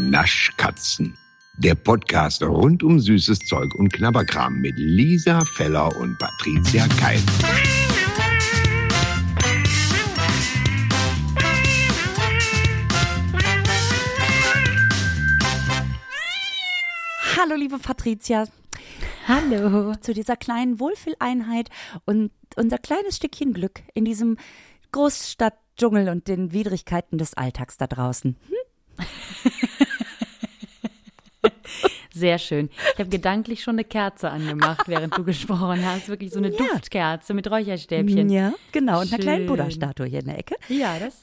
Naschkatzen. Der Podcast rund um süßes Zeug und Knabberkram mit Lisa Feller und Patricia Keil. Hallo liebe Patricia. Hallo. Zu dieser kleinen Wohlfühleinheit und unser kleines Stückchen Glück in diesem Großstadtdschungel und den Widrigkeiten des Alltags da draußen. Sehr schön. Ich habe gedanklich schon eine Kerze angemacht, während du gesprochen hast. Wirklich so eine Duftkerze mit Räucherstäbchen. Ja, genau. Und einer Schön. kleinen Buddha-Statue hier in der Ecke. Ja, das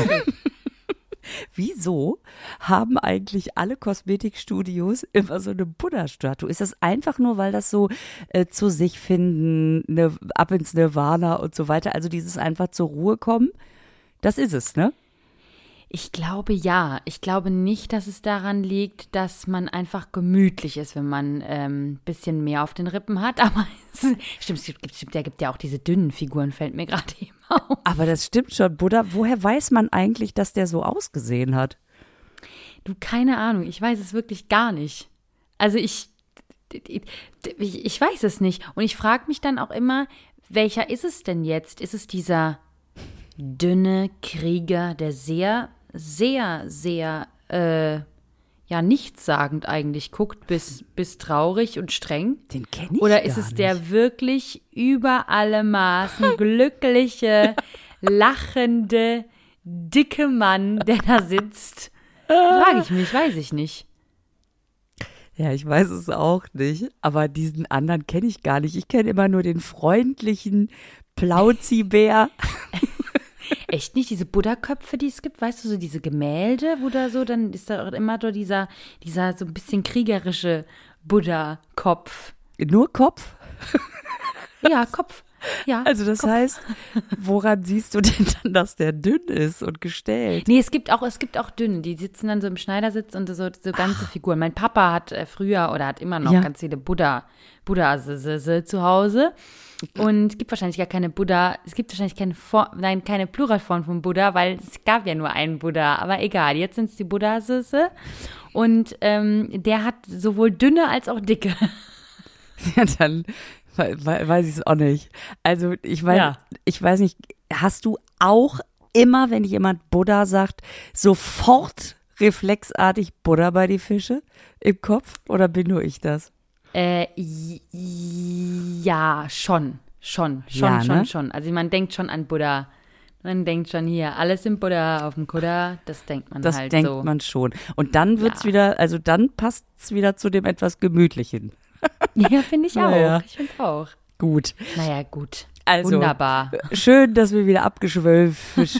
Wieso haben eigentlich alle Kosmetikstudios immer so eine Buddha-Statue? Ist das einfach nur, weil das so zu sich finden, ab ins Nirvana und so weiter, also dieses einfach zur Ruhe kommen? Das ist es, ne? Ich glaube ja. Ich glaube nicht, dass es daran liegt, dass man einfach gemütlich ist, wenn man ein bisschen mehr auf den Rippen hat. Aber stimmt, der gibt ja auch diese dünnen Figuren, fällt mir gerade eben auf. Aber das stimmt schon, Buddha. Woher weiß man eigentlich, dass der so ausgesehen hat? Du, keine Ahnung. Ich weiß es wirklich gar nicht. Also ich weiß es nicht. Und ich frage mich dann auch immer, welcher ist es denn jetzt? Ist es dieser dünne Krieger, der sehr, sehr, sehr, nichtssagend eigentlich guckt, bis traurig und streng? Den kenne ich Oder gar ist es nicht. der wirklich über alle Maßen glückliche, lachende, dicke Mann, der da sitzt? Frage ich mich, weiß ich nicht. Ja, ich weiß es auch nicht, aber diesen anderen kenne ich gar nicht. Ich kenne immer nur den freundlichen Plauzi-Bär. Echt nicht, diese Buddha-Köpfe, die es gibt, weißt du, so diese Gemälde, wo da so, dann ist da auch immer so dieser so ein bisschen kriegerische Buddha-Kopf. Nur Kopf? Ja, Kopf. Ja, Also das heißt, woran siehst du denn dann, dass der dünn ist und gestellt? nee, es gibt auch dünne, die sitzen dann so im Schneidersitz und so ganze Figuren. Mein Papa hat früher oder hat immer noch Ja. ganz viele Buddha zu Hause. Und es gibt wahrscheinlich gar keine Buddha, es gibt wahrscheinlich keine Pluralform von Buddha, weil es gab ja nur einen Buddha. Aber egal, jetzt sind es die Buddha-Sisse. Und der hat sowohl dünne als auch dicke. Ja, dann weiß ich es auch nicht. Also ich weiß nicht, hast du auch immer, wenn jemand Buddha sagt, sofort reflexartig Buddha bei die Fische im Kopf? Oder bin nur ich das? Ja, schon. Ja, ne? Schon. Also man denkt schon an Buddha. Man denkt schon hier, alles im Buddha, auf dem Kuddha, das denkt man Das halt denkt so. man schon. Und dann wird's Ja. wieder, also dann passt's wieder zu dem etwas Gemütlichen. Ja, finde ich auch. Naja. Ich finde auch. Gut. Naja, gut. Also, Wunderbar. Schön, dass wir wieder abgeschwölft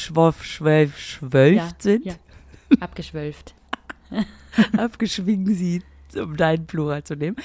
sind. Ja. Abgeschwölft. Abgeschwingen sie, um deinen Plural zu nehmen.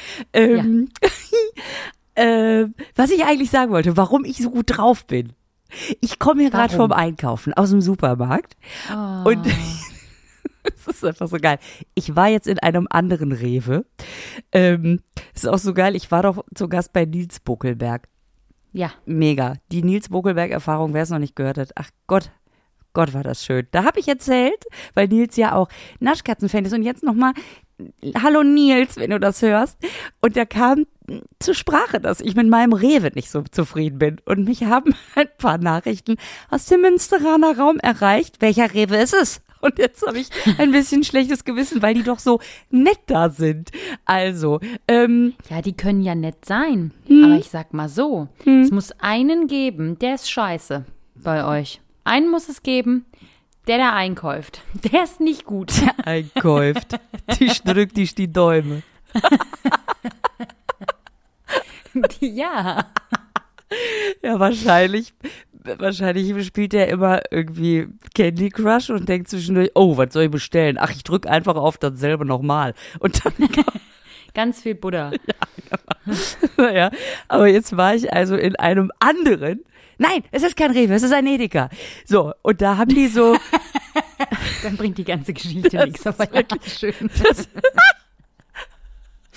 Was ich eigentlich sagen wollte, warum ich so gut drauf bin. Ich komme hier gerade Warum? vom Einkaufen aus dem Supermarkt Oh. und es ist einfach so geil. Ich war jetzt in einem anderen Rewe. Ist auch so geil, ich war doch zu Gast bei Nils Buckelberg. Ja. Mega. Die Nils Buckelberg-Erfahrung, wer es noch nicht gehört hat. Ach Gott, war das schön. Da habe ich erzählt, weil Nils ja auch Naschkatzen-Fan ist. Und jetzt nochmal, hallo Nils, wenn du das hörst. Und da kam zur Sprache, dass ich mit meinem Rewe nicht so zufrieden bin. Und mich haben ein paar Nachrichten aus dem Münsteraner Raum erreicht. Welcher Rewe ist es? Und jetzt habe ich ein bisschen schlechtes Gewissen, weil die doch so nett da sind. Also, Ja, die können ja nett sein. Aber ich sag mal so, es muss einen geben, der ist scheiße bei euch. Einen muss es geben, der einkäuft. Der ist nicht gut. einkäuft. Drückt dich die Däume. Ja. Ja, wahrscheinlich spielt er immer irgendwie Candy Crush und denkt zwischendurch, oh, was soll ich bestellen? Ach, ich drück einfach auf dasselbe nochmal. Und dann, Ganz viel Buddha. naja, aber jetzt war ich also in einem anderen. Nein, es ist kein Rewe, es ist ein Edeka. So, und da haben die so, Dann bringt die ganze Geschichte nichts, aber ja, schön.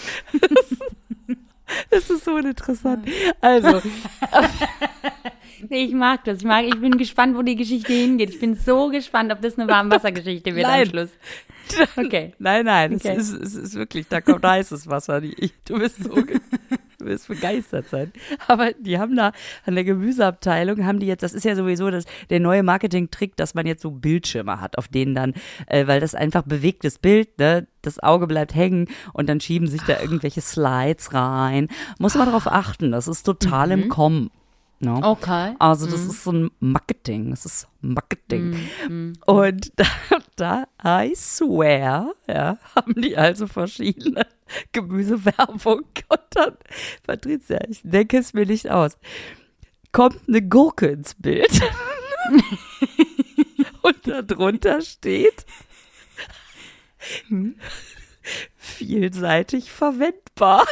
das ist so uninteressant. Also, Ich mag das. Ich bin gespannt, wo die Geschichte hingeht. Ich bin so gespannt, ob das eine Warmwassergeschichte wird am Schluss. Okay. Nein, Okay. es ist wirklich, da kommt heißes Wasser. Du wirst begeistert sein. Aber die haben da an der Gemüseabteilung, haben die jetzt, das ist ja sowieso der neue Marketing-Trick, dass man jetzt so Bildschirme hat, auf denen dann, weil das einfach bewegtes Bild, ne, das Auge bleibt hängen und dann schieben sich da irgendwelche Slides rein. Muss man darauf achten, das ist total im Kommen. No? Okay. Also das ist so ein Marketing, das ist Marketing. Und da, I swear, ja, haben die also verschiedene Gemüsewerbung und dann, Patricia, ich denke es mir nicht aus, kommt eine Gurke ins Bild und darunter steht vielseitig verwendbar.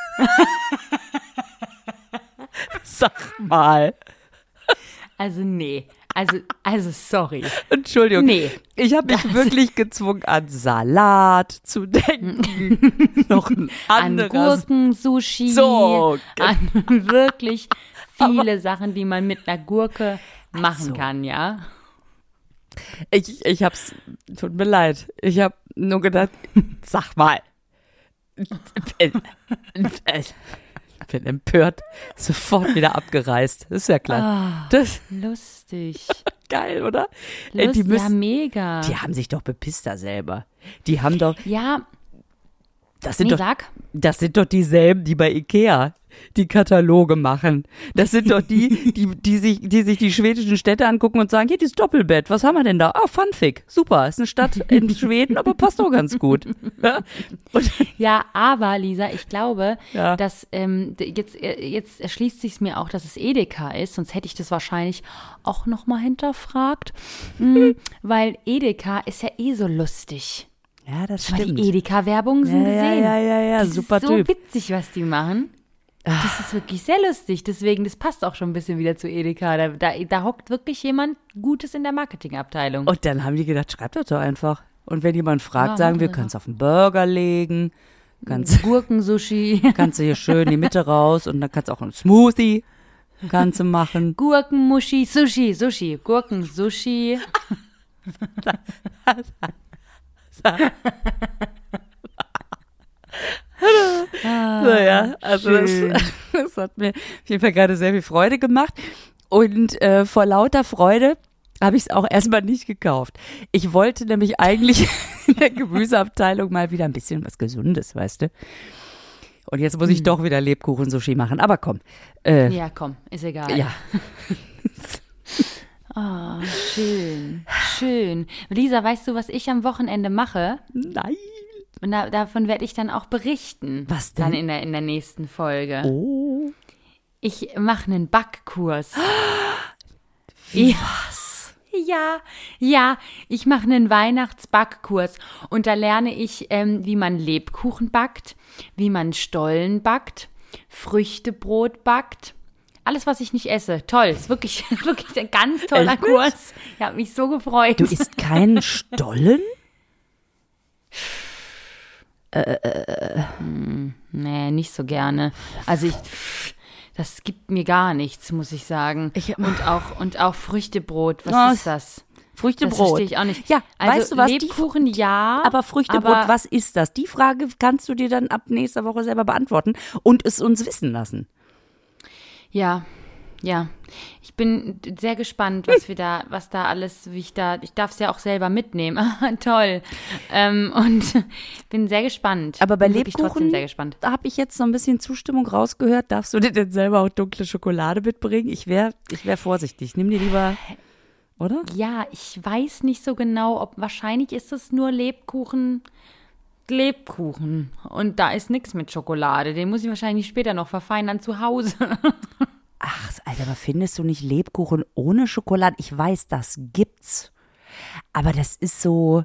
Sag mal. Also nee. Also sorry. Entschuldigung. Nee. Ich habe mich wirklich gezwungen, an Salat zu denken. Noch ein An anderes. Gurkensushi. So. An wirklich viele Sachen, die man mit einer Gurke machen Also. kann, ja. Ich hab's, tut mir leid. Ich habe nur gedacht, sag mal. Ich bin empört, sofort wieder abgereist. Ist ja klar. Das Lustig. geil, oder? Lustig. Die Ja, mega. die haben sich doch bepisst da selber. Die haben doch, Ja, das sind nee, doch, sag. das sind doch dieselben, die bei Ikea die Kataloge machen. Das sind doch die sich die schwedischen Städte angucken und sagen, hier, dieses Doppelbett, was haben wir denn da? Ah, Funfig, super, ist eine Stadt in Schweden, aber passt doch ganz gut. Ja? Und, Ja, aber Lisa, ich glaube, Ja. dass jetzt erschließt sich mir auch, dass es Edeka ist, sonst hätte ich das wahrscheinlich auch noch mal hinterfragt, weil Edeka ist ja eh so lustig. ja, das Mal stimmt. die Edeka-Werbungen sind Ja, gesehen. ja, Das super ist so Typ. witzig, was die machen. Das ist wirklich sehr lustig. Deswegen, das passt auch schon ein bisschen wieder zu Edeka. Da hockt wirklich jemand Gutes in der Marketingabteilung. Und dann haben die gedacht, schreib das doch einfach. Und wenn jemand fragt, Ja, sagen wir, machen wir können es auf einen Burger legen, kannst Gurkensushi, du hier schön in die Mitte raus und dann kannst du auch einen Smoothie kannst du machen. Gurkenmuschi, Sushi, Gurkensushi. Naja, also das hat mir auf jeden Fall gerade sehr viel Freude gemacht. Und vor lauter Freude habe ich es auch erstmal nicht gekauft. Ich wollte nämlich eigentlich in der Gemüseabteilung mal wieder ein bisschen was Gesundes, weißt du. Und jetzt muss ich doch wieder Lebkuchen-Sushi machen. Aber komm. Ja, komm, ist egal. Ja. Oh, schön, schön. Lisa, weißt du, was ich am Wochenende mache? Nein. Und davon werde ich dann auch berichten. Was denn? Dann in der nächsten Folge. Oh. Ich mache einen Backkurs. Was? Ja, ich mache einen Weihnachtsbackkurs und da lerne ich, wie man Lebkuchen backt, wie man Stollen backt, Früchtebrot backt. Alles, was ich nicht esse. Toll, ist wirklich, wirklich ein ganz toller Echt? Kurs. Ich habe mich so gefreut. Du isst keinen Stollen? Nee, nicht so gerne. Also das gibt mir gar nichts, muss ich sagen. Und auch Früchtebrot. Was ist das? Das Früchtebrot. verstehe ich auch nicht. Ja, also weißt du was? Lebkuchen, ja. Aber Früchtebrot, aber- was ist das? Die Frage kannst du dir dann ab nächster Woche selber beantworten und es uns wissen lassen. Ja. Ich bin sehr gespannt, was da alles, ich darf es ja auch selber mitnehmen. Toll. Und bin sehr gespannt. Aber bei bin wirklich trotzdem Lebkuchen sehr gespannt. da habe ich jetzt so ein bisschen Zustimmung rausgehört. Darfst du dir denn selber auch dunkle Schokolade mitbringen? Ich wär vorsichtig. Nimm dir lieber, oder? Ja, ich weiß nicht so genau, wahrscheinlich ist es nur Lebkuchen. Und da ist nichts mit Schokolade. Den muss ich wahrscheinlich später noch verfeinern zu Hause. Ach, Alter, aber findest du nicht Lebkuchen ohne Schokolade? Ich weiß, das gibt's. Aber das ist so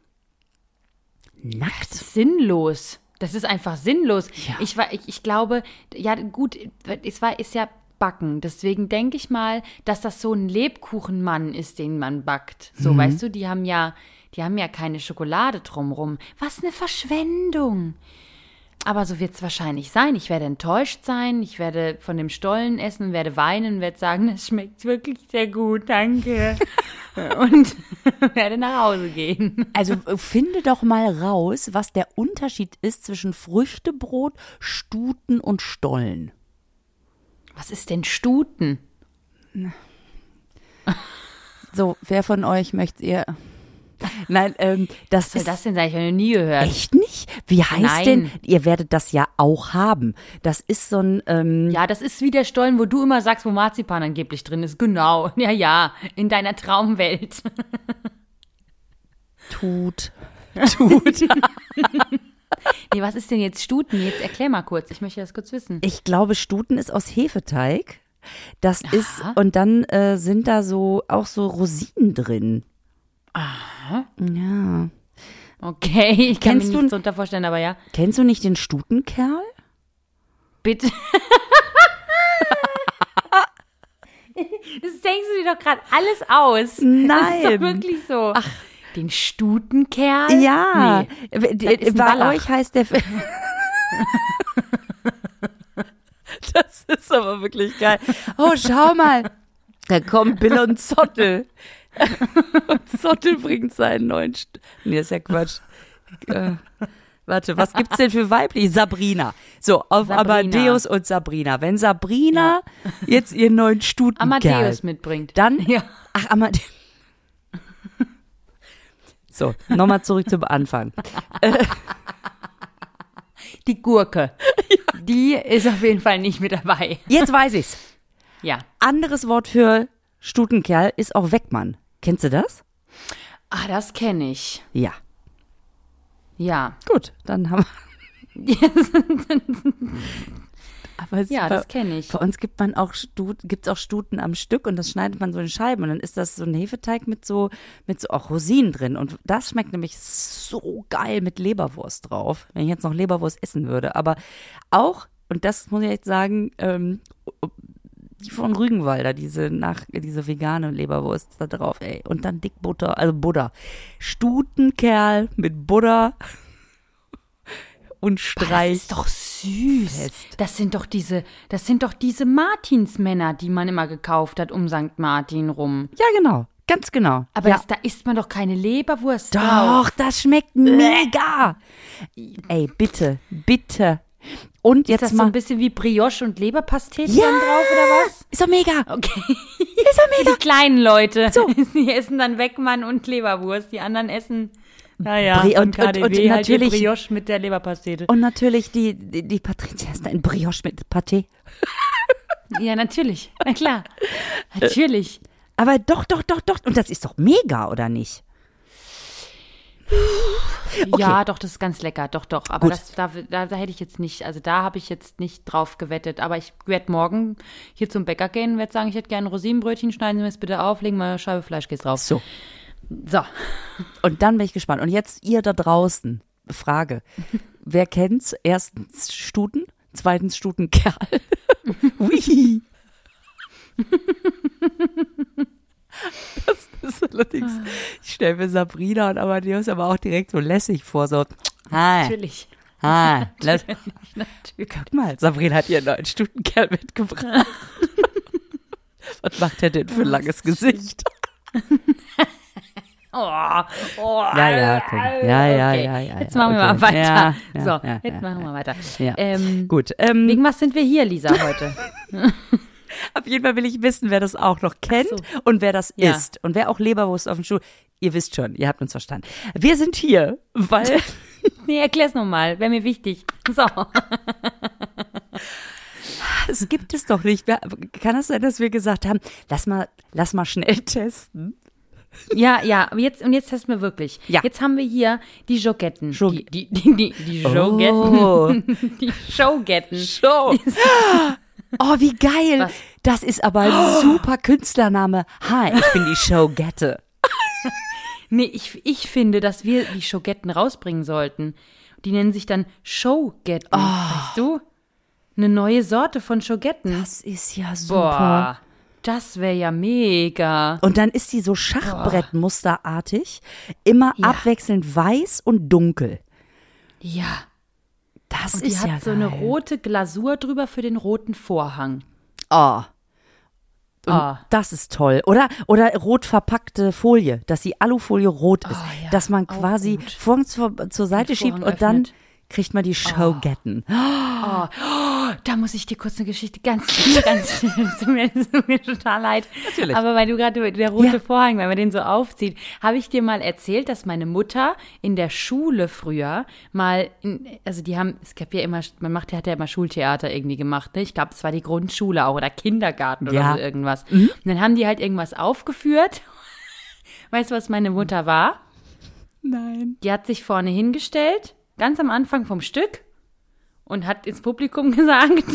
nackt. Sinnlos. Das ist einfach sinnlos. Ja. Ich glaube, ja gut, ist ja Backen. Deswegen denke ich mal, dass das so ein Lebkuchenmann ist, den man backt. So, weißt du, die haben ja keine Schokolade drumrum. Was eine Verschwendung. Aber so wird es wahrscheinlich sein. Ich werde enttäuscht sein, ich werde von dem Stollen essen, werde weinen, werde sagen, es schmeckt wirklich sehr gut, danke. Und werde nach Hause gehen. Also finde doch mal raus, was der Unterschied ist zwischen Früchtebrot, Stuten und Stollen. Was ist denn Stuten? So, wer von euch möchtet ihr? Nein, das Was soll ist das denn sein? Ich habe noch nie gehört. echt nicht? Wie heißt Nein. denn? Ihr werdet das ja auch haben. Das ist so ein Ja, das ist wie der Stollen, wo du immer sagst, wo Marzipan angeblich drin ist. Genau. Ja, in deiner Traumwelt. Tut. Nee, was ist denn jetzt Stuten? Jetzt erklär mal kurz. Ich möchte das kurz wissen. Ich glaube, Stuten ist aus Hefeteig. Das ist, und dann sind da auch so Rosinen drin. Aha. Ja. Okay, ich kann Kennst mir du- nichts darunter vorstellen, aber ja. Kennst du nicht den Stutenkerl? Bitte. Das denkst du dir doch gerade alles aus. Das ist Nein. doch wirklich so. Ach, den Stutenkerl? Ja. Nee, das ist ein Bei Wallach. euch heißt der. Das ist aber wirklich geil. Oh, schau mal. Da kommen Bill und Zottel. Und Zottel bringt seinen neuen. Nee, ist ja Quatsch. Warte, was gibt's denn für weiblich? Sabrina. So, auf Sabrina. Amadeus und Sabrina. Wenn Sabrina jetzt ihren neuen Stutenkerl. Amadeus mitbringt. Dann. Ja. Ach, Amadeus. So, nochmal zurück zum Anfang. Die Gurke. Die ist auf jeden Fall nicht mit dabei. Jetzt weiß ich's. Ja. Anderes Wort für Stutenkerl ist auch Weckmann. Kennst du das? Ah, das kenne ich. Ja. Ja. Gut, dann haben wir. Aber es Ja, bei, das kenne ich. bei uns gibt's auch Stuten am Stück und das schneidet man so in Scheiben und dann ist das so ein Hefeteig mit so auch Rosinen drin und das schmeckt nämlich so geil mit Leberwurst drauf, wenn ich jetzt noch Leberwurst essen würde. Aber auch, und das muss ich jetzt sagen, die von Rügenwalder, diese vegane Leberwurst da drauf, ey. Und dann dick Butter, also Butter. Stutenkerl mit Butter und Das Streich. ist doch süß. Das sind doch diese Martinsmänner, die man immer gekauft hat um St. Martin rum. Ja, genau. Ganz genau. Aber ja. da isst man doch keine Leberwurst drauf. Doch, das schmeckt mega. Ey, bitte, bitte. Und Ist jetzt das so mal. ein bisschen wie Brioche und Leberpastete Ja! dann drauf, oder was? Ist doch mega. Okay. Ist doch mega. Die kleinen Leute. So. Die essen dann Weckmann und Leberwurst. Die anderen essen, naja, Brie- und und KDW halt natürlich- die Brioche mit der Leberpastete. Und natürlich die Patricia ist ein Brioche mit Pâté. Ja, natürlich. Na klar. Natürlich. Aber doch. Und das ist doch mega, oder nicht? Okay. Ja, doch, das ist ganz lecker. Doch. Aber Gut. da hätte ich jetzt nicht, also da habe ich jetzt nicht drauf gewettet. Aber ich werde morgen hier zum Bäcker gehen und werde sagen, ich hätte gerne ein Rosinenbrötchen, schneiden Sie mir das bitte auf, legen mal eine Scheibe Fleischkäse drauf. So. So. Und dann bin ich gespannt. Und jetzt ihr da draußen. Frage. Wer kennt's? Erstens Stuten, zweitens Stutenkerl. Ui. Das ist allerdings, ich stelle mir Sabrina und Amadeus aber auch direkt so lässig vor, so, Natürlich. Natürlich. Natürlich. Guck mal, Sabrina hat ihren neuen Stutenkerl mitgebracht. Was macht er denn für ein langes Gesicht? Ja, Ja, komm. Ja. Jetzt machen wir okay. mal weiter. Ja, so, ja, jetzt machen wir weiter. Ja. Gut. Wegen was sind wir hier, Lisa, heute? Auf jeden Fall will ich wissen, wer das auch noch kennt Ach so. und wer das Ja. isst und wer auch Leberwurst auf dem Stuhl. Ihr wisst schon, ihr habt uns verstanden. Wir sind hier, weil Nee, erklär's nochmal, wäre mir wichtig. So. es gibt es doch nicht. Kann es sein, dass wir gesagt haben, lass mal schnell testen? Ja, aber jetzt testen wir wirklich. Ja. Jetzt haben wir hier die Jogetten. Jog- Die Jogetten. Oh. Die Showgetten. Show. Oh, wie geil. Was? Das ist aber ein super Künstlername. Hi, ich bin die Showgette. Nee, ich finde, dass wir die Showgetten rausbringen sollten. Die nennen sich dann Showgetten. Weißt du? Eine neue Sorte von Showgetten. Das ist ja super. Boah, das wäre ja mega. Und dann ist die so Schachbrettmusterartig, immer Ja. abwechselnd weiß und dunkel. Ja. Das Und die ist hat ja so eine geil. rote Glasur drüber für den roten Vorhang. Oh. Und Oh. das ist toll. Oder rot verpackte Folie, dass die Alufolie rot ist. ja, dass man auch quasi gut. Vorhang zur Seite schiebt Vorhang und dann öffnet. kriegt man die Showgetten. Da muss ich dir kurz eine Geschichte ganz tut mir total leid. Natürlich. Aber weil du gerade der rote Ja. Vorhang, wenn man den so aufzieht, habe ich dir mal erzählt, dass meine Mutter in der Schule früher mal, es gab ja immer, hat ja immer Schultheater irgendwie gemacht, ne? Ich glaube, es war die Grundschule auch oder Kindergarten oder Ja. so irgendwas. Und dann haben die halt irgendwas aufgeführt. Weißt du, was meine Mutter war? Nein. Die hat sich vorne hingestellt, ganz am Anfang vom Stück und hat ins Publikum gesagt,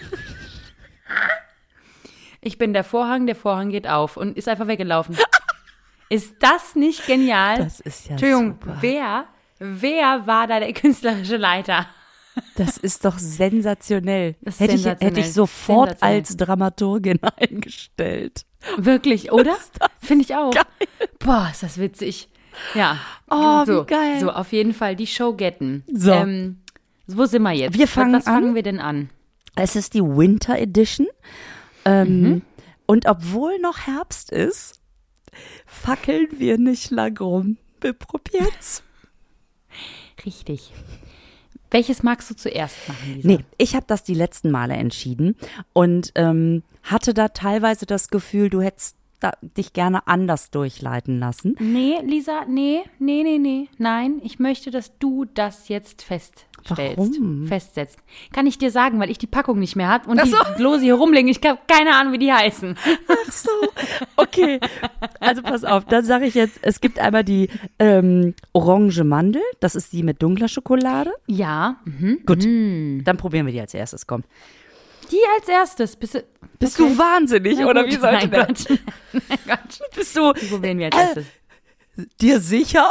ich bin der Vorhang geht auf und ist einfach weggelaufen. Ist das nicht genial? Das ist ja Entschuldigung, super. wer war da der künstlerische Leiter? Das ist doch sensationell. Das ist Hätte sensationell. ich sofort Sensationell. als Dramaturgin eingestellt. Wirklich, oder? Finde ich auch. Boah, ist das witzig. Ja. Oh, so, wie geil. So, auf jeden Fall die Showgetten. So. Wo sind wir jetzt? Wir fangen Was fangen an. wir denn an? Es ist die Winter Edition. Und obwohl noch Herbst ist, fackeln wir nicht lang rum. Wir probieren's. Richtig. Welches magst du zuerst machen, Lisa? Nee, ich habe das die letzten Male entschieden und hatte da teilweise das Gefühl, du hättest dich gerne anders durchleiten lassen. Nee, Lisa, nee. Nein, ich möchte, dass du das jetzt feststellst. Warum? Festsetzt. Kann ich dir sagen, weil ich die Packung nicht mehr habe und die Lose hier rumliegen. Ich habe keine Ahnung, wie die heißen. Ach so, okay. Also pass auf, dann sage ich jetzt, es gibt einmal die Orange Mandel, das ist die mit dunkler Schokolade. Ja. Gut, dann probieren wir die als erstes, komm. Die als erstes. Bist du wahnsinnig, Na oder gut. wie sollte Nein, das? Gott. Nein, Gott. Bist du Die probieren wir als erstes. dir sicher?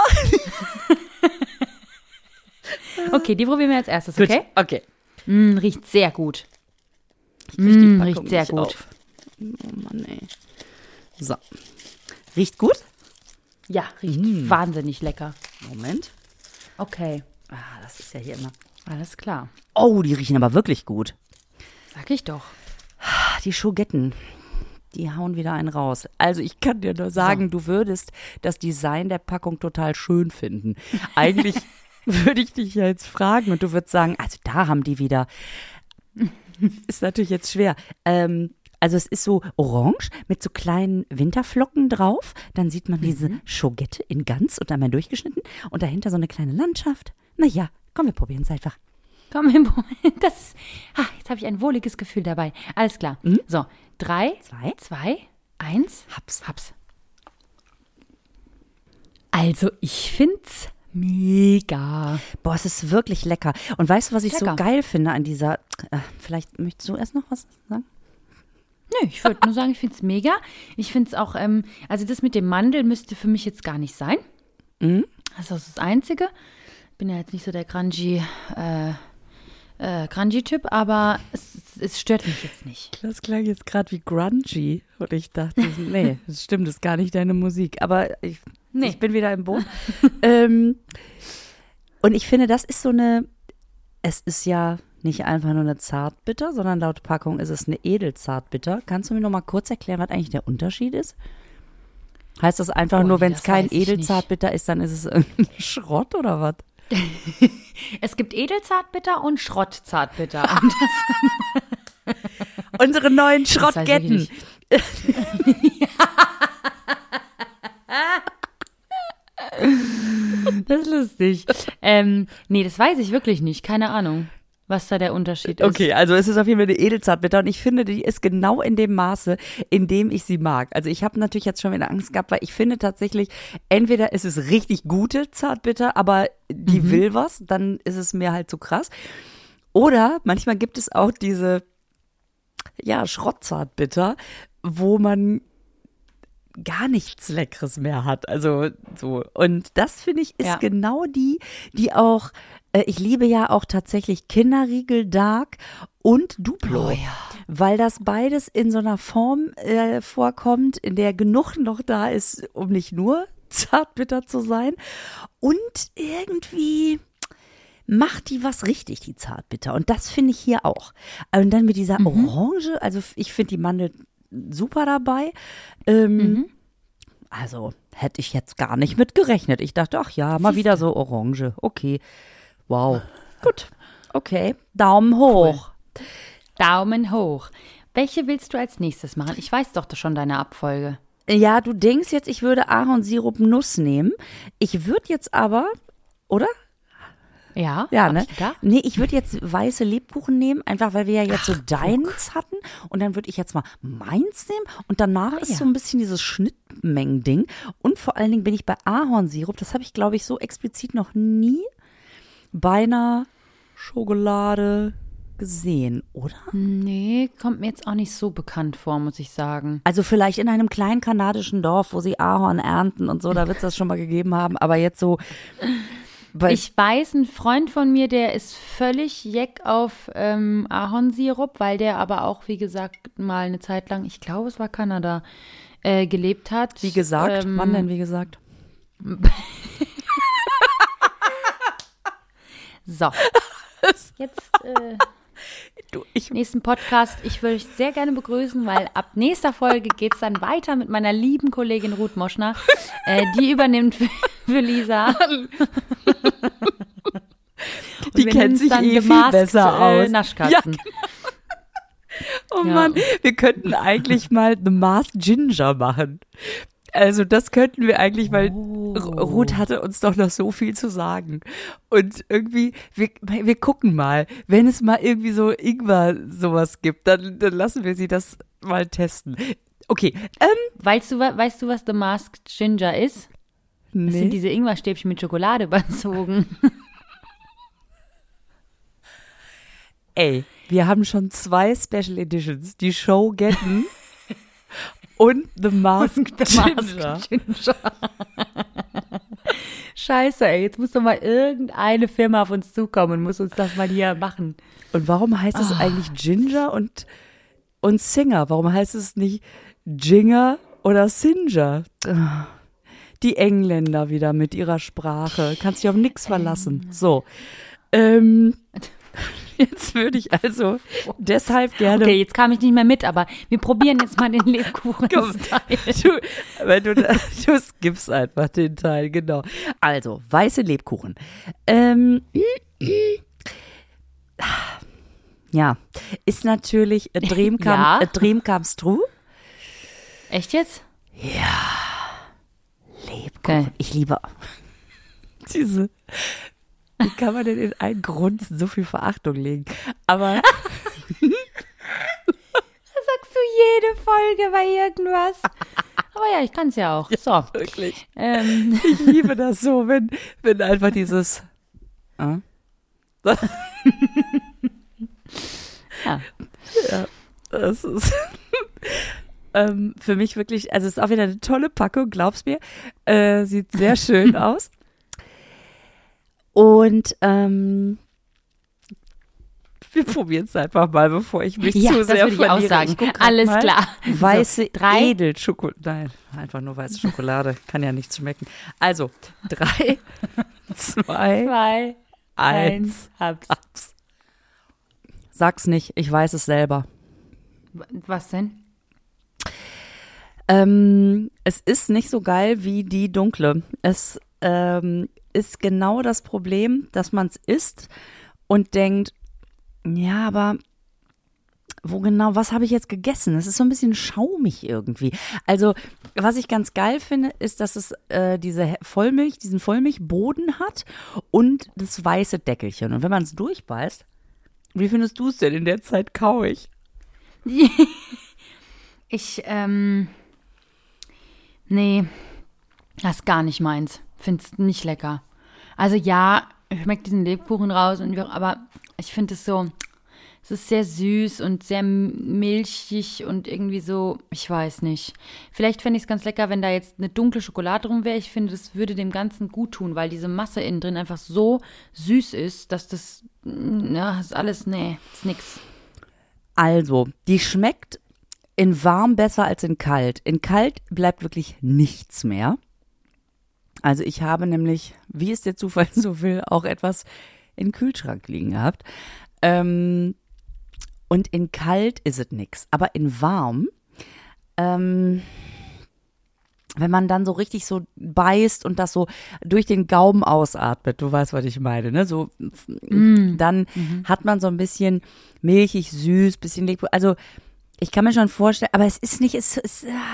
Okay, die probieren wir als erstes, okay? Okay. Riecht sehr gut. Krieg die Packung Riecht sehr nicht gut. auf. Oh Mann, ey. So. Riecht gut? Ja, riecht wahnsinnig lecker. Moment. Okay, Ah, das ist ja hier immer. alles klar. Oh, die riechen aber wirklich gut. Sag ich doch. Die Schogetten, die hauen wieder einen raus. Also ich kann dir nur sagen, du würdest das Design der Packung total schön finden. Eigentlich würde ich dich ja jetzt fragen und du würdest sagen, also da haben die wieder. Ist natürlich jetzt schwer. Also es ist so orange mit so kleinen Winterflocken drauf. Dann sieht man diese Schogette in ganz und einmal durchgeschnitten und dahinter so eine kleine Landschaft. Naja, komm, wir probieren es einfach. Komm, jetzt habe ich ein wohliges Gefühl dabei. Alles klar. So, 3, 2, 1. Haps. Also, ich find's mega. Boah, es ist wirklich lecker. Und weißt du, was ich so Lecker. geil finde an dieser, vielleicht möchtest du erst noch was sagen? Nö, ich würde nur sagen, ich find's mega. Ich find's auch, also das mit dem Mandel müsste für mich jetzt gar nicht sein. Das ist das Einzige. Bin ja jetzt nicht so der Grungy-Typ, aber es stört mich jetzt nicht. Das klang jetzt gerade wie grungy. Und ich dachte, nee, das stimmt, das ist gar nicht deine Musik. Aber ich bin wieder im Boot. Und ich finde, das ist so es ist ja nicht einfach nur eine Zartbitter, sondern laut Packung ist es eine Edelzartbitter. Kannst du mir noch mal kurz erklären, was eigentlich der Unterschied ist? Heißt das einfach nur, wenn es das kein weiß ich nicht. Edelzartbitter ist, dann ist es irgendein Schrott oder was? Es gibt Edelzartbitter und Schrottzartbitter. Und Unsere neuen das weiß ich Schrottgetten. nicht. Das ist lustig. Nee, das weiß ich wirklich nicht. Keine Ahnung, was da der Unterschied ist. Okay, also es ist auf jeden Fall eine Edelzartbitter und ich finde, die ist genau in dem Maße, in dem ich sie mag. Also ich habe natürlich jetzt schon wieder Angst gehabt, weil ich finde tatsächlich, entweder ist es richtig gute Zartbitter, aber die will was, dann ist es mir halt zu krass. Oder manchmal gibt es auch diese, ja, Schrottzartbitter, wo man gar nichts Leckeres mehr hat. Also so. Und das, finde ich, ist Ja. genau die auch, ich liebe ja auch tatsächlich Kinderriegel Dark und Duplo. Oh ja. Weil das beides in so einer Form vorkommt, in der genug noch da ist, um nicht nur zartbitter zu sein. Und irgendwie macht die was richtig, die Zartbitter. Und das finde ich hier auch. Und dann mit dieser Orange, also ich finde die Mandel super dabei. Also hätte ich jetzt gar nicht mit gerechnet. Ich dachte, ach ja, mal wieder so Orange. Okay, wow. Gut, okay, Daumen hoch. Cool. Daumen hoch. Welche willst du als nächstes machen? Ich weiß doch schon deine Abfolge. Ja, du denkst jetzt, ich würde Ahornsirup Nuss nehmen. Ich würde jetzt aber, oder? Ja, Ne? Nee, ich würde jetzt weiße Lebkuchen nehmen, einfach weil wir ja jetzt so deins hatten. Und dann würde ich jetzt mal meins nehmen. Und danach ist so ein bisschen dieses Schnittmengen-Ding. Und vor allen Dingen bin ich bei Ahornsirup, das habe ich, glaube ich, so explizit noch nie bei einer Schokolade gesehen, oder? Nee, kommt mir jetzt auch nicht so bekannt vor, muss ich sagen. Also vielleicht in einem kleinen kanadischen Dorf, wo sie Ahorn ernten und so, da wird es das schon mal gegeben haben. Aber jetzt so... Ich weiß, ein Freund von mir, der ist völlig jeck auf Ahornsirup, weil der aber auch, wie gesagt, mal eine Zeit lang, ich glaube, es war Kanada, gelebt hat. Wie gesagt? Wann denn, wie gesagt? So. Jetzt nächsten Podcast. Ich würde euch sehr gerne begrüßen, weil ab nächster Folge geht es dann weiter mit meiner lieben Kollegin Ruth Moschner. Die übernimmt für Lisa. Die kennt sich viel besser aus. Naschkatzen. Ja, genau. Oh Mann, wir könnten eigentlich mal The Masked Ginger machen. Also das könnten wir eigentlich, weil Ruth hatte uns doch noch so viel zu sagen. Und irgendwie, wir gucken mal, wenn es mal irgendwie so Ingwer sowas gibt, dann lassen wir sie das mal testen. Okay. Weißt du, was The Masked Ginger ist? Nee. Das sind diese Ingwerstäbchen mit Schokolade überzogen. Ey, wir haben schon 2 Special Editions. Die Showgeddon und The Masked Ginger. Scheiße, ey, jetzt muss doch mal irgendeine Firma auf uns zukommen und muss uns das mal hier machen. Und warum heißt es eigentlich Ginger und Singer? Warum heißt es nicht Ginger oder Singer? Die Engländer wieder mit ihrer Sprache. Kannst dich auf nichts verlassen. So. Jetzt würde ich also deshalb gerne... Okay, jetzt kam ich nicht mehr mit, aber wir probieren jetzt mal den Lebkuchen-Style. Du skippst einfach den Teil, genau. Also, weiße Lebkuchen. Ja, ist natürlich a dream comes true. Echt jetzt? Ja. Lebkuchen. Okay. Ich liebe diese... Wie kann man denn in einen Grund so viel Verachtung legen? Aber das sagst du jede Folge bei irgendwas. Aber ja, ich kann es ja auch. Ja, so. Wirklich. Ich liebe das so, wenn einfach dieses Ja, das ist für mich wirklich, also es ist auch wieder eine tolle Packung, glaub's mir. Sieht sehr schön aus. Und wir probieren es einfach mal, bevor ich mich zu sehr verliere. Ja, das würde ich auch sagen. Alles mal. Klar. Weiße Edelschokolade. Nein, einfach nur weiße Schokolade. Kann ja nichts schmecken. Also, 3, 2, 1. Hab's. Sag's nicht, ich weiß es selber. Was denn? Es ist nicht so geil wie die dunkle. Es ist genau das Problem, dass man es isst und denkt, ja, aber wo genau, was habe ich jetzt gegessen? Es ist so ein bisschen schaumig irgendwie. Also, was ich ganz geil finde, ist, dass es diesen Vollmilchboden hat und das weiße Deckelchen. Und wenn man es durchbeißt, wie findest du es denn? In der Zeit kaue ich. Nee, das ist gar nicht meins. Find's nicht lecker. Also ja, ich schmecke diesen Lebkuchen raus, aber ich finde es so, es ist sehr süß und sehr milchig und irgendwie so, ich weiß nicht. Vielleicht fände ich es ganz lecker, wenn da jetzt eine dunkle Schokolade drum wäre. Ich finde, das würde dem Ganzen gut tun, weil diese Masse innen drin einfach so süß ist, dass das ist alles, ist nix. Also, die schmeckt in warm besser als in kalt. In kalt bleibt wirklich nichts mehr. Also ich habe nämlich, wie es der Zufall so will, auch etwas in den Kühlschrank liegen gehabt. Und in kalt ist es nix. Aber in warm, wenn man dann so richtig so beißt und das so durch den Gaumen ausatmet, du weißt, was ich meine, ne? So, dann hat man so ein bisschen milchig, süß, bisschen Lebkuchen. Also ich kann mir schon vorstellen, aber es ist nicht, es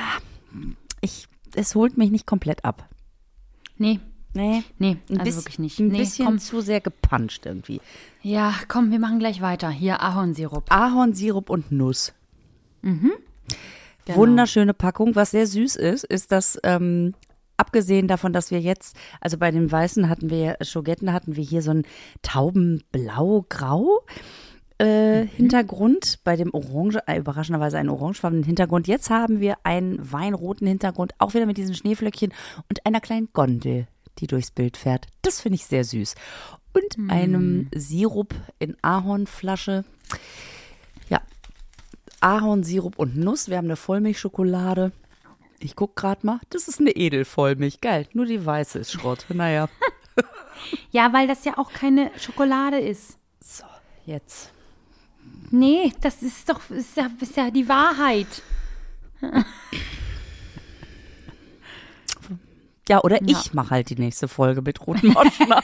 holt mich nicht komplett ab. Nee, Nee, also wirklich nicht. Ein Nee, bisschen komm. zu sehr gepanscht irgendwie. Ja, komm, wir machen gleich weiter. Hier Ahornsirup. Ahornsirup und Nuss. Genau. Wunderschöne Packung. Was sehr süß ist, ist, dass abgesehen davon, dass wir jetzt, also bei den weißen Schogetten hatten wir hier so einen taubenblau-grau Hintergrund, bei dem Orange, überraschenderweise einen orangefarbenen Hintergrund. Jetzt haben wir einen weinroten Hintergrund, auch wieder mit diesen Schneeflöckchen und einer kleinen Gondel, die durchs Bild fährt. Das finde ich sehr süß. Und einem Sirup in Ahornflasche. Ja, Ahornsirup und Nuss. Wir haben eine Vollmilchschokolade. Ich gucke gerade mal. Das ist eine Edelvollmilch. Geil. Nur die weiße ist Schrott. Naja. Ja, weil das ja auch keine Schokolade ist. So, jetzt. Nee, das ist ja die Wahrheit. Ja, oder ich mache halt die nächste Folge mit roten Moschner.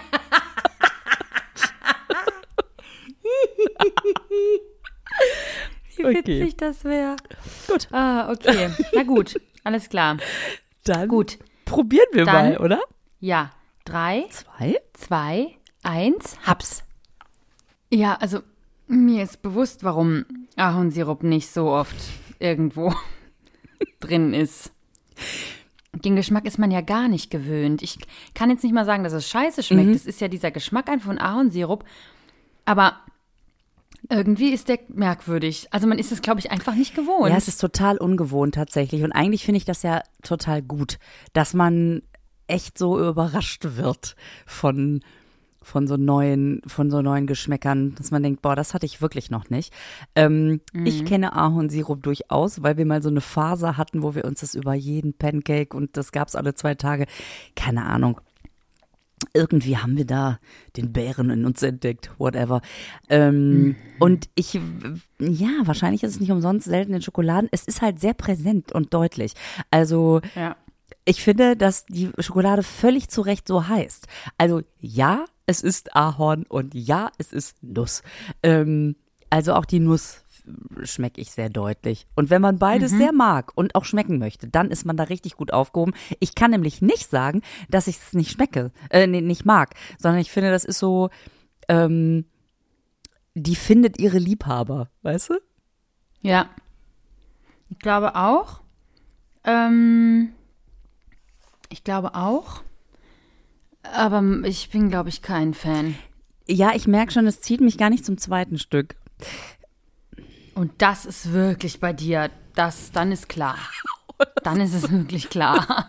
Wie witzig das wäre. Gut. Ah, okay. Na gut, alles klar. Dann Gut. probieren wir Dann- mal, oder? Ja, 3, 2. 2, 1, Haps. Ja, also mir ist bewusst, warum Ahornsirup nicht so oft irgendwo drin ist. Den Geschmack ist man ja gar nicht gewöhnt. Ich kann jetzt nicht mal sagen, dass es scheiße schmeckt. Es ist ja dieser Geschmack einfach von Ahornsirup. Aber irgendwie ist der merkwürdig. Also man ist es, glaube ich, einfach nicht gewohnt. Ja, es ist total ungewohnt tatsächlich. Und eigentlich finde ich das ja total gut, dass man echt so überrascht wird von so neuen Geschmäckern, dass man denkt, boah, das hatte ich wirklich noch nicht. Ich kenne Ahornsirup durchaus, weil wir mal so eine Phase hatten, wo wir uns das über jeden Pancake und das gab's alle 2 Tage, keine Ahnung. Irgendwie haben wir da den Bären in uns entdeckt, whatever. Und wahrscheinlich ist es nicht umsonst selten in Schokoladen. Es ist halt sehr präsent und deutlich. Also Ja. ich finde, dass die Schokolade völlig zu Recht so heißt. Also ja, es ist Ahorn und ja, es ist Nuss. Also auch die Nuss schmecke ich sehr deutlich. Und wenn man beides sehr mag und auch schmecken möchte, dann ist man da richtig gut aufgehoben. Ich kann nämlich nicht sagen, dass ich es nicht schmecke, nicht mag, sondern ich finde, das ist so, die findet ihre Liebhaber, weißt du? Ja. Ich glaube auch. Aber ich bin, glaube ich, kein Fan. Ja, ich merke schon, es zieht mich gar nicht zum zweiten Stück. Und das ist wirklich bei dir, dann ist klar. Dann ist es wirklich klar.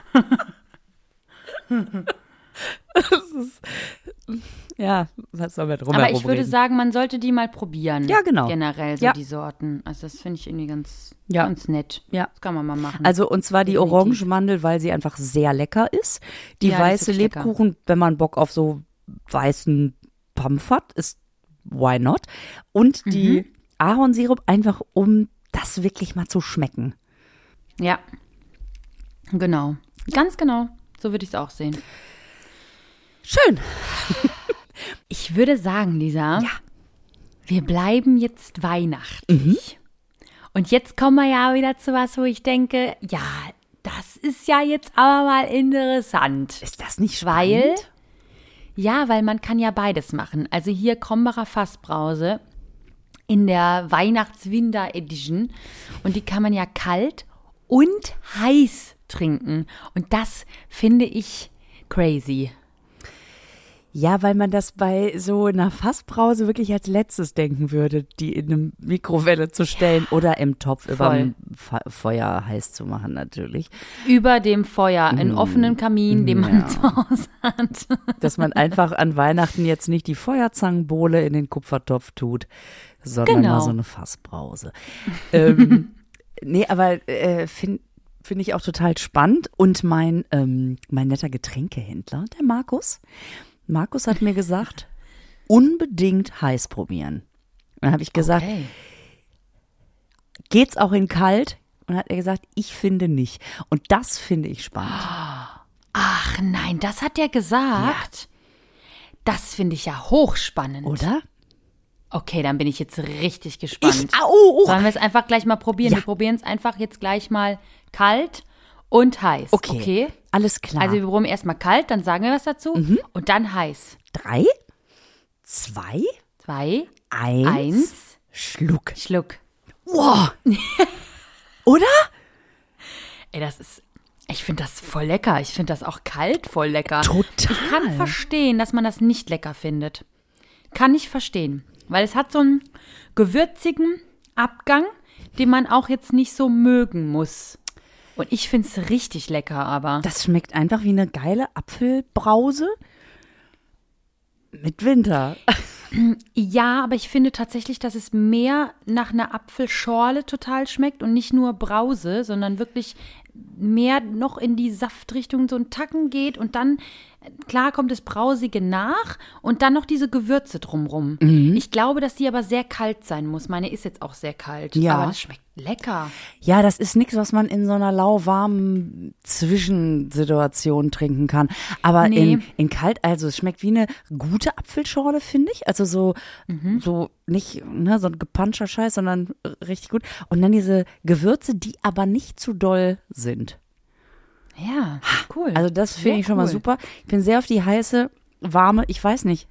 Ja, was soll man drum Aber herum ich würde reden? sagen, man sollte die mal probieren. Ja, genau. Generell so Ja. die Sorten. Also das finde ich irgendwie ganz Ja. nett. Ja. Das kann man mal machen. Also und zwar die Definitiv. Orangenmandel, weil sie einfach sehr lecker ist. Die Ja, die ist weiße wirklich lecker. Lebkuchen, wenn man Bock auf so weißen Pampf hat, ist why not? Und die Ahornsirup einfach, um das wirklich mal zu schmecken. Ja. Genau. Ganz genau. So würde ich es auch sehen. Schön. Ich würde sagen, Lisa, Ja. wir bleiben jetzt weihnachtlich. Und jetzt kommen wir ja wieder zu was, wo ich denke, ja, das ist ja jetzt aber mal interessant. Ist das nicht Weil, spannend? ja, weil man kann ja beides machen. Also hier Krombacher Fassbrause in der Weihnachtswinter Edition. Und die kann man ja kalt und heiß trinken. Und das finde ich crazy. Ja, weil man das bei so einer Fassbrause wirklich als letztes denken würde, die in eine Mikrowelle zu stellen oder im Topf über dem Feuer heiß zu machen natürlich. Über dem Feuer, einen offenen Kamin, den man zu Hause hat. Dass man einfach an Weihnachten jetzt nicht die Feuerzangenbowle in den Kupfertopf tut, sondern Genau. mal so eine Fassbrause. Nee, aber finde ich auch total spannend. Und mein netter Getränkehändler, der Markus hat mir gesagt, unbedingt heiß probieren. Und dann habe ich gesagt, Okay. geht's auch in kalt? Und hat er gesagt, ich finde nicht. Und das finde ich spannend. Ach nein, das hat der gesagt. Das finde ich ja hochspannend. Oder? Okay, dann bin ich jetzt richtig gespannt. Au. Sollen wir es einfach gleich mal probieren? Ja. Wir probieren es einfach jetzt gleich mal kalt und heiß. Okay. Alles klar. Also wir probieren erstmal kalt, dann sagen wir was dazu und dann heiß. 3, 2, 2, 1, 1, Schluck. Schluck. Wow. Oder? Ey, ich finde das voll lecker. Ich finde das auch kalt voll lecker. Total. Ich kann verstehen, dass man das nicht lecker findet. Kann ich verstehen. Weil es hat so einen gewürzigen Abgang, den man auch jetzt nicht so mögen muss. Und ich finde es richtig lecker, aber. Das schmeckt einfach wie eine geile Apfelbrause mit Winter. Ja, aber ich finde tatsächlich, dass es mehr nach einer Apfelschorle total schmeckt und nicht nur Brause, sondern wirklich mehr noch in die Saftrichtung so einen Tacken geht und dann, klar kommt das Brausige nach und dann noch diese Gewürze drumrum. Ich glaube, dass die aber sehr kalt sein muss. Meine ist jetzt auch sehr kalt, Ja. aber das schmeckt lecker. Ja, das ist nichts, was man in so einer lauwarmen Zwischensituation trinken kann. Aber Nee. in kalt, also es schmeckt wie eine gute Apfelschorle, finde ich. Also so nicht so ein gepanschter Scheiß, sondern richtig gut. Und dann diese Gewürze, die aber nicht zu doll sind. Ja, cool. Also das finde Sehr ich schon mal cool. super. Ich bin sehr auf die heiße, warme, ich weiß nicht.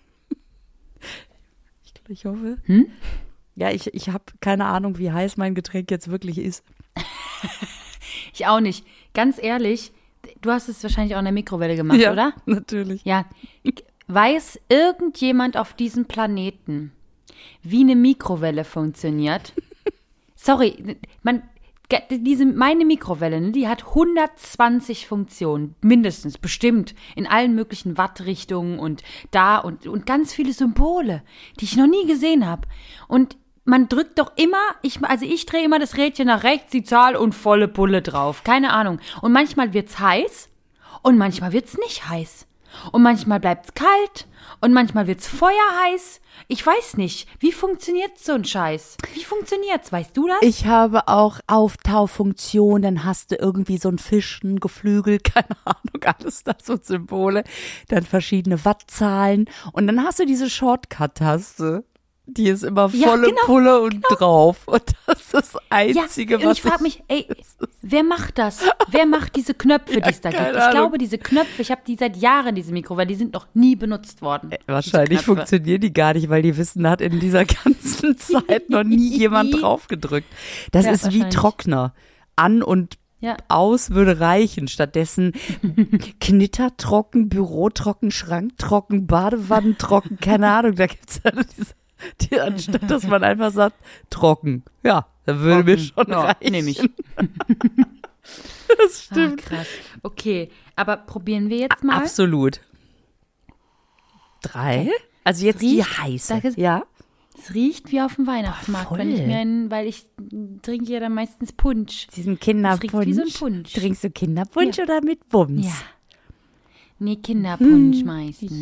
Ich hoffe. Ja, ich habe keine Ahnung, wie heiß mein Getränk jetzt wirklich ist. Ich auch nicht. Ganz ehrlich, du hast es wahrscheinlich auch in der Mikrowelle gemacht, oder? Natürlich. Ja. Weiß irgendjemand auf diesem Planeten, wie eine Mikrowelle funktioniert? Sorry, meine Mikrowelle, ne, die hat 120 Funktionen, mindestens, bestimmt, in allen möglichen Wattrichtungen und da und ganz viele Symbole, die ich noch nie gesehen habe. Und man drückt doch immer, ich drehe immer das Rädchen nach rechts, die Zahl und volle Pulle drauf. Keine Ahnung. Und manchmal wird's heiß und manchmal wird's nicht heiß. Und manchmal bleibt's kalt und manchmal wird's feuerheiß. Ich weiß nicht, wie funktioniert so ein Scheiß? Wie funktioniert's? Weißt du das? Ich habe auch Auftaufunktion, dann hast du irgendwie so ein Fisch, ein Geflügel, keine Ahnung, alles das so Symbole, dann verschiedene Wattzahlen und dann hast du diese Shortcut-Taste. Die ist immer Ja, volle genau, Pulle und drauf. Und das ist das Einzige, und was ich frage mich, ey, wer macht das? Wer macht diese Knöpfe, die es da gibt? keine Ich Ahnung. glaube, diese Knöpfe, ich habe die seit Jahren, diese Mikrowelle, die sind noch nie benutzt worden. Wahrscheinlich Diese Knöpfe. funktionieren die gar nicht, weil die wissen, da hat in dieser ganzen Zeit noch nie jemand drauf gedrückt. Das Ja, ist wie wahrscheinlich. Trockner. An und Ja. aus würde reichen. Stattdessen Knittertrocken, Bürotrocken, Schranktrocken, Badewannentrocken, keine Ahnung. Da gibt's ja anstatt dass man einfach sagt, trocken. Ja, da würde mir schon Ja, reichen. nehm ich. Das Ah, stimmt. krass. Okay, aber probieren wir jetzt mal. Absolut. 3? Also jetzt die Riecht- heiße. Danke. Ja. Es riecht wie auf dem Weihnachtsmarkt, voll. wenn ich weil ich trinke ja dann meistens Punsch. Diesen riecht Kinderpunsch. wie so ein Punsch. Trinkst du Kinderpunsch Ja. oder mit Bums? Ja. Nee, Kinderpunsch meistens.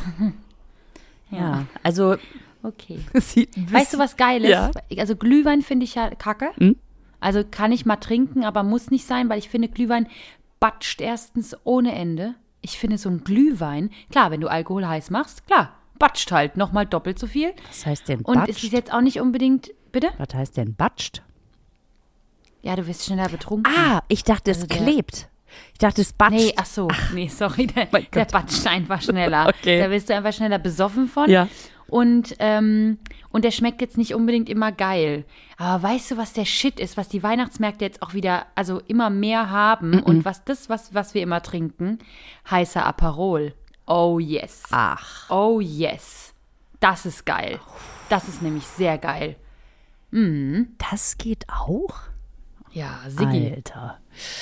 Ja, also Okay. es sieht ein bisschen, Weißt du, was geil ist? Ja. Also Glühwein finde ich ja kacke. Hm? Also kann ich mal trinken, aber muss nicht sein, weil ich finde, Glühwein batscht erstens ohne Ende. Ich finde so ein Glühwein, klar, wenn du Alkohol heiß machst, klar, batscht halt nochmal doppelt so viel. Was heißt denn Und es batscht? ist jetzt auch nicht unbedingt, bitte? Was heißt denn batscht? Ja, du wirst schneller betrunken. Ah, ich dachte, es Also der- klebt. Ich dachte, es batscht. Nee, ach so, nee, sorry, der mein Gott. batscht einfach schneller. Okay. Da wirst du einfach schneller besoffen von. Ja. Und der schmeckt jetzt nicht unbedingt immer geil. Aber weißt du, was der Shit ist, was die Weihnachtsmärkte jetzt auch wieder, also immer mehr haben und was wir immer trinken? Heißer Aperol. Oh yes. Ach. Oh yes. Das ist geil. Das ist nämlich sehr geil. Das geht auch? Ja, Siggi. Alter.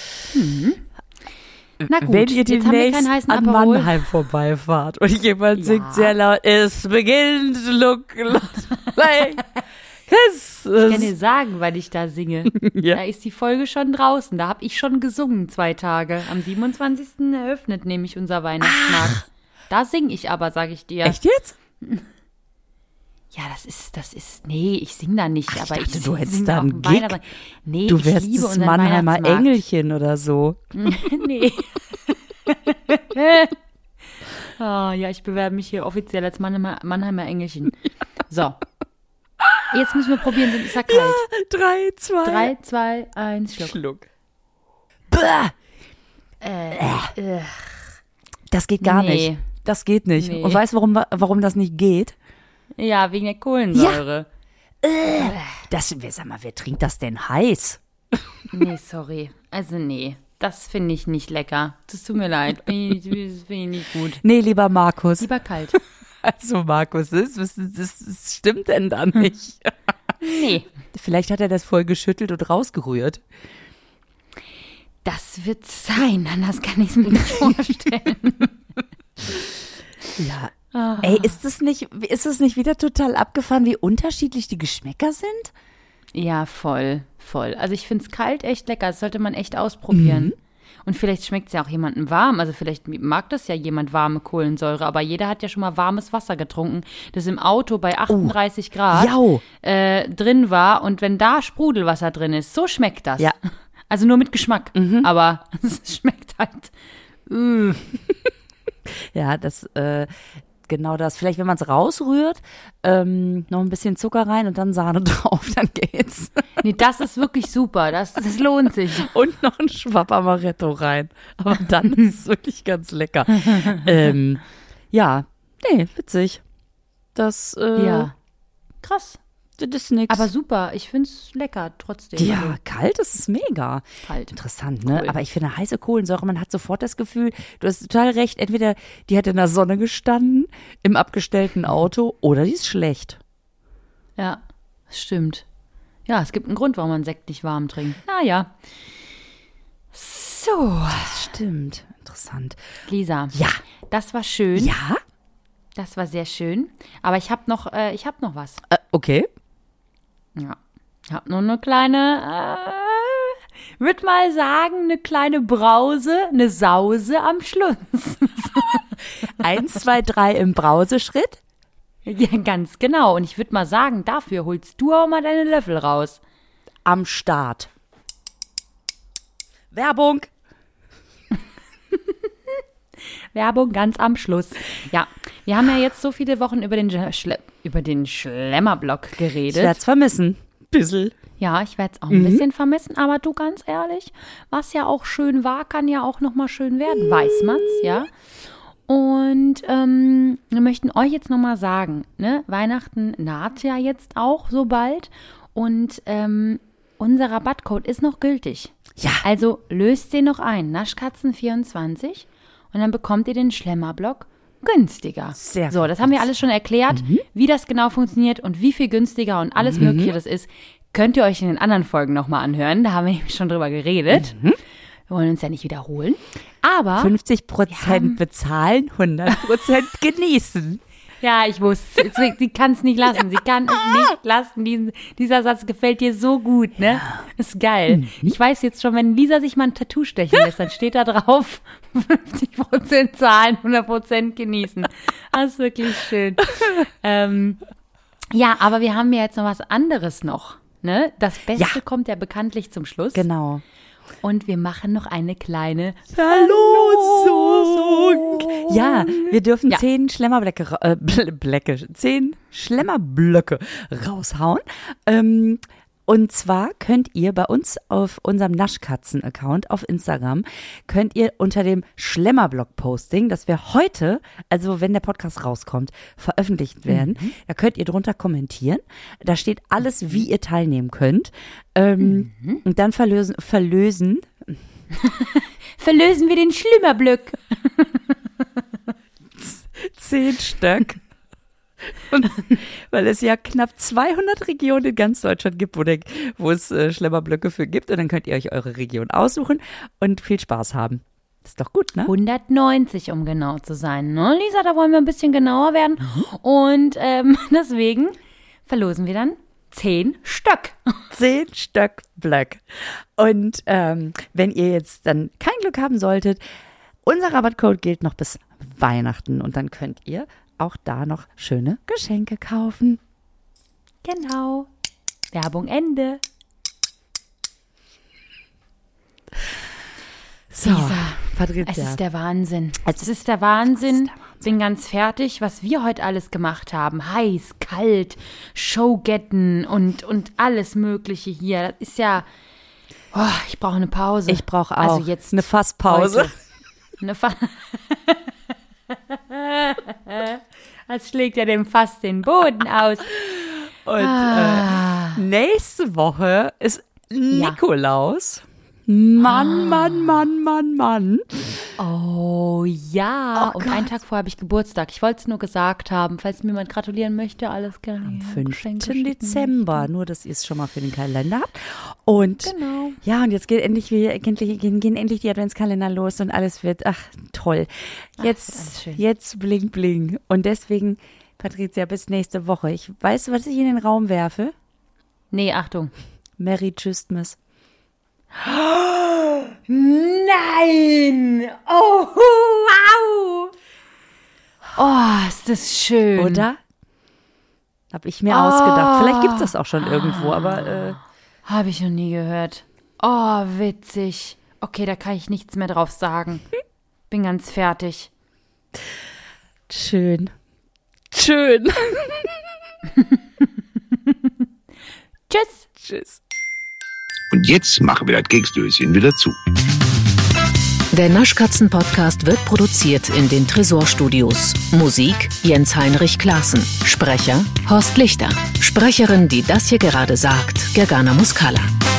Na gut, Wenn ihr jetzt haben wir demnächst keinen heißen an Aperol. Mannheim vorbeifahrt und jemand Ja. singt sehr laut, es beginnt, look like Ich kann dir Christmas. sagen, weil ich da singe. Ja. Da ist die Folge schon draußen. Da habe ich schon gesungen 2 Tage. Am 27. eröffnet nämlich unser Weihnachtsmarkt. Da singe ich aber, sage ich dir. Echt jetzt? Ja, nee, ich sing da nicht, aber dachte, ich du hättest sing da auch einen Gig. Weihnachts- Nee, Du ich wärst liebe das unseren Mannheimer Weihnachtsmarkt. Engelchen oder so. Nee. Oh, ja, ich bewerbe mich hier offiziell als Mannheimer Engelchen. So. Jetzt müssen wir probieren, sonst ist ja kalt. 3, 2, 3, 2, 1, Schluck. Schluck. Bäh, das geht gar Nee. nicht. Das geht nicht. Nee. Und weißt du, warum das nicht geht? Ja, wegen der Kohlensäure. Sag mal, wer trinkt das denn heiß? Nee, sorry. Also nee, das finde ich nicht lecker. Das tut mir leid. Das finde ich nicht gut. Nee, lieber Markus. Lieber kalt. Also Markus, das stimmt denn da nicht? Nee, Vielleicht hat er das voll geschüttelt und rausgerührt. das wird sein. Anders kann ich es mir nicht vorstellen. Ja. Ah. Ey, ist es nicht wieder total abgefahren, wie unterschiedlich die Geschmäcker sind? Ja, voll. Also ich finde es kalt echt lecker. Das sollte man echt ausprobieren. Und vielleicht schmeckt es ja auch jemandem warm. Also vielleicht mag das ja jemand warme Kohlensäure. Aber jeder hat ja schon mal warmes Wasser getrunken, das im Auto bei 38 Grad Jau. drin war. Und wenn da Sprudelwasser drin ist, so schmeckt das. Ja. Also nur mit Geschmack. Aber es schmeckt halt. Ja, genau das. Vielleicht, wenn man es rausrührt, noch ein bisschen Zucker rein und dann Sahne drauf, dann geht's. Nee, das ist wirklich super. Das lohnt sich. Und noch ein Schwapp Amaretto rein. Aber dann ist es wirklich ganz lecker. Ja, nee, witzig. Das, Ja. Krass. das ist nix. Aber super. Ich finde es lecker trotzdem. ja, Also, kalt ist es mega. kalt. Interessant, ne? Cool. Aber ich finde, heiße Kohlensäure, man hat sofort das Gefühl, du hast total recht, entweder die hat in der Sonne gestanden, im abgestellten Auto, oder die ist schlecht. Ja, das stimmt. Ja, es gibt einen Grund, warum man Sekt nicht warm trinkt. Naja. So, Das stimmt. Interessant. Lisa. Ja. Das war schön. Ja? Das war sehr schön. Aber ich habe noch was. Okay. Ja. Ich habe nur eine kleine, würde mal sagen, eine kleine Brause, eine Sause am Schluss. 1, 2, 3 im Brauseschritt. Ja, ganz genau. Und ich würde mal sagen, dafür holst du auch mal deine Löffel raus. Am Start. Werbung. Werbung ganz am Schluss. Ja, wir haben ja jetzt so viele Wochen über den Schlemmerblock Ich geredet. werde es vermissen. Bissl. Ja, ich werde es auch ein bisschen vermissen, aber du, ganz ehrlich, was ja auch schön war, kann ja auch nochmal schön werden, weiß man's, ja. Und wir möchten euch jetzt nochmal sagen, ne, Weihnachten naht ja jetzt auch so bald und unser Rabattcode ist noch gültig. Ja. Also löst den noch ein, Naschkatzen24, und dann bekommt ihr den Schlemmerblock günstiger. Sehr so, gut. das haben wir alles schon erklärt, wie das genau funktioniert und wie viel günstiger und alles Mögliche das ist. Könnt ihr euch in den anderen Folgen nochmal anhören. Da haben wir nämlich schon drüber geredet. Wir wollen uns ja nicht wiederholen. Aber 50% bezahlen, 100% genießen. ja, ich wusste, sie kann es nicht lassen. Sie kann es nicht lassen. Dieser Satz gefällt dir so gut, ne? Ist geil. Ich weiß jetzt schon, wenn Lisa sich mal ein Tattoo stechen lässt, dann steht da drauf, 50% zahlen, 100% genießen. Das ist wirklich schön. Ja, aber wir haben ja jetzt noch was anderes noch. Ne? Das Beste Ja. kommt ja bekanntlich zum Schluss. Genau. Und wir machen noch eine kleine Verlosung. Ja, wir dürfen Ja. 10 Schlemmerblöcke, 10 Schlemmerblöcke raushauen. Und zwar könnt ihr bei uns auf unserem Naschkatzen-Account auf Instagram, könnt ihr unter dem Schlemmerblock-Posting, das wir heute, also wenn der Podcast rauskommt, veröffentlicht werden, da könnt ihr drunter kommentieren. Da steht alles, wie ihr teilnehmen könnt. Und dann verlösen Verlösen wir den Schlimmerblöck. 10 Stück. Und, weil es ja knapp 200 Regionen in ganz Deutschland gibt, wo es Schlemmerblöcke für gibt. Und dann könnt ihr euch eure Region aussuchen und viel Spaß haben. Das ist doch gut, ne? 190, um genau zu sein. Ne, Lisa, da wollen wir ein bisschen genauer werden. Und deswegen verlosen wir dann 10 Stück. 10 Stück Blöcke. Und wenn ihr jetzt dann kein Glück haben solltet, unser Rabattcode gilt noch bis Weihnachten. Und dann könnt ihr auch da noch schöne Geschenke kaufen. Genau. Werbung Ende. So, Lisa, Patricia. es ist der Wahnsinn. Es ist der Wahnsinn. Bin ganz fertig, was wir heute alles gemacht haben. Heiß, kalt, Showgetten und alles Mögliche hier. Das ist ja... Oh, ich brauche eine Pause. Ich brauche auch also jetzt eine Fasspause. Eine Das schlägt ja dem Fass den Boden aus. Und nächste Woche ist Nikolaus. Mann. Oh ja. Oh und Gott. einen Tag vorher habe ich Geburtstag. Ich wollte es nur gesagt haben. Falls mir jemand gratulieren möchte, alles gerne. Am Ja, 5. Geschenke schicken. Dezember, nur dass ihr es schon mal für den Kalender habt. Und Genau. ja, und jetzt gehen endlich die Adventskalender los und alles wird, toll. wird alles schön. Jetzt bling bling. Und deswegen, Patricia, bis nächste Woche. Weißt du, was ich in den Raum werfe? Nee, Achtung. Merry Christmas. Nein! Oh, wow! Oh, ist das schön. Oder? Hab ich mir ausgedacht. Vielleicht gibt es das auch schon irgendwo, aber Habe ich noch nie gehört. Oh, witzig. Okay, da kann ich nichts mehr drauf sagen. Bin ganz fertig. schön. Tschüss. Tschüss. Und jetzt machen wir das Keksdöschen wieder zu. Der Naschkatzen-Podcast wird produziert in den Tresorstudios. Musik Jens-Heinrich Klaassen. Sprecher Horst Lichter. Sprecherin, die das hier gerade sagt, Gergana Muscala.